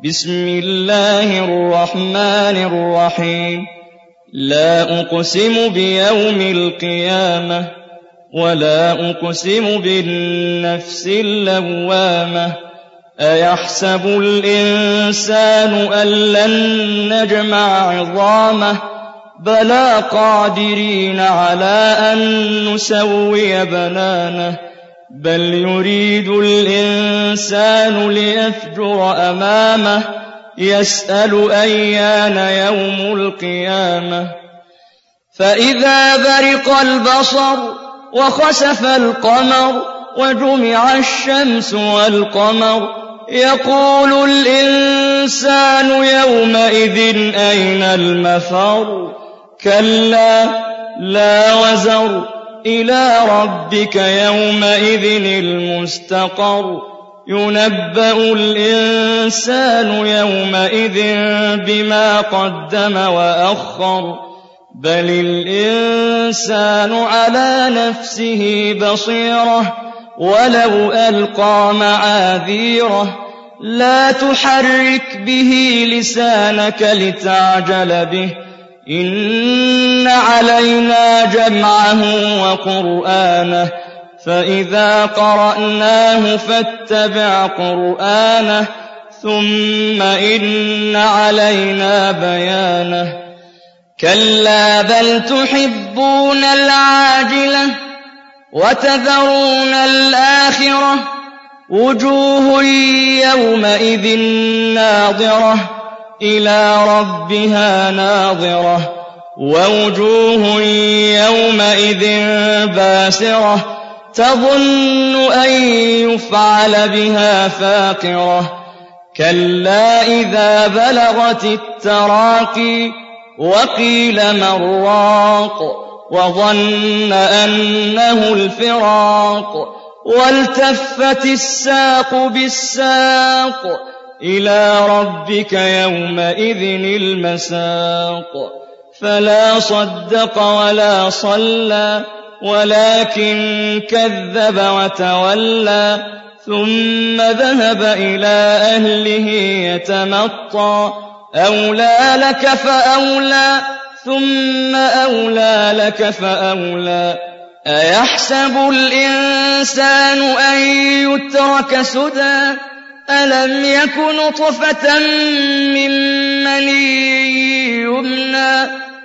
بسم الله الرحمن الرحيم لا أقسم بيوم القيامة ولا أقسم بالنفس اللوامة أيحسب الإنسان أن لن نجمع عظامه بلى قادرين على أن نسوي بنانه بل يريد الإنسان ليفجر أمامه يسأل أيان يوم القيامة فإذا برق البصر وخسف القمر وجمع الشمس والقمر يقول الإنسان يومئذ أين المفر كلا لا وزر إلى ربك يومئذ المستقر ينبأ الإنسان يومئذ بما قدم وأخر بل الإنسان على نفسه بصيرة ولو ألقى معاذيره لا تحرك به لسانك لتعجل به إن علينا جمعه وقرآنه فإذا قرأناه فاتبع قرآنه ثم إن علينا بيانه كلا بل تحبون العاجلة وتذرون الآخرة وجوه يومئذ ناظرة إلى ربها ناظرة ووجوه يومئذ باسرة تظن أن يفعل بها فاقرة كلا إذا بلغت التراقي وقيل من راق وظن أنه الفراق والتفت الساق بالساق إلى ربك يومئذ المساق فلا صدق ولا صلى ولكن كذب وتولى ثم ذهب إلى أهله يتمطى أولى لك فأولى ثم أولى لك فأولى أيحسب الإنسان أن يترك سدى ألم يك نطفة من مني يمنى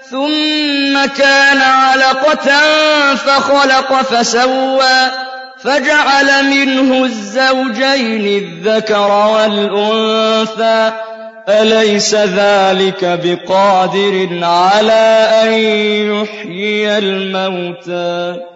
ثم كان علقة فخلق فسوى فجعل منه الزوجين الذكر والأنثى أليس ذلك بقادر على أن يحيي الموتى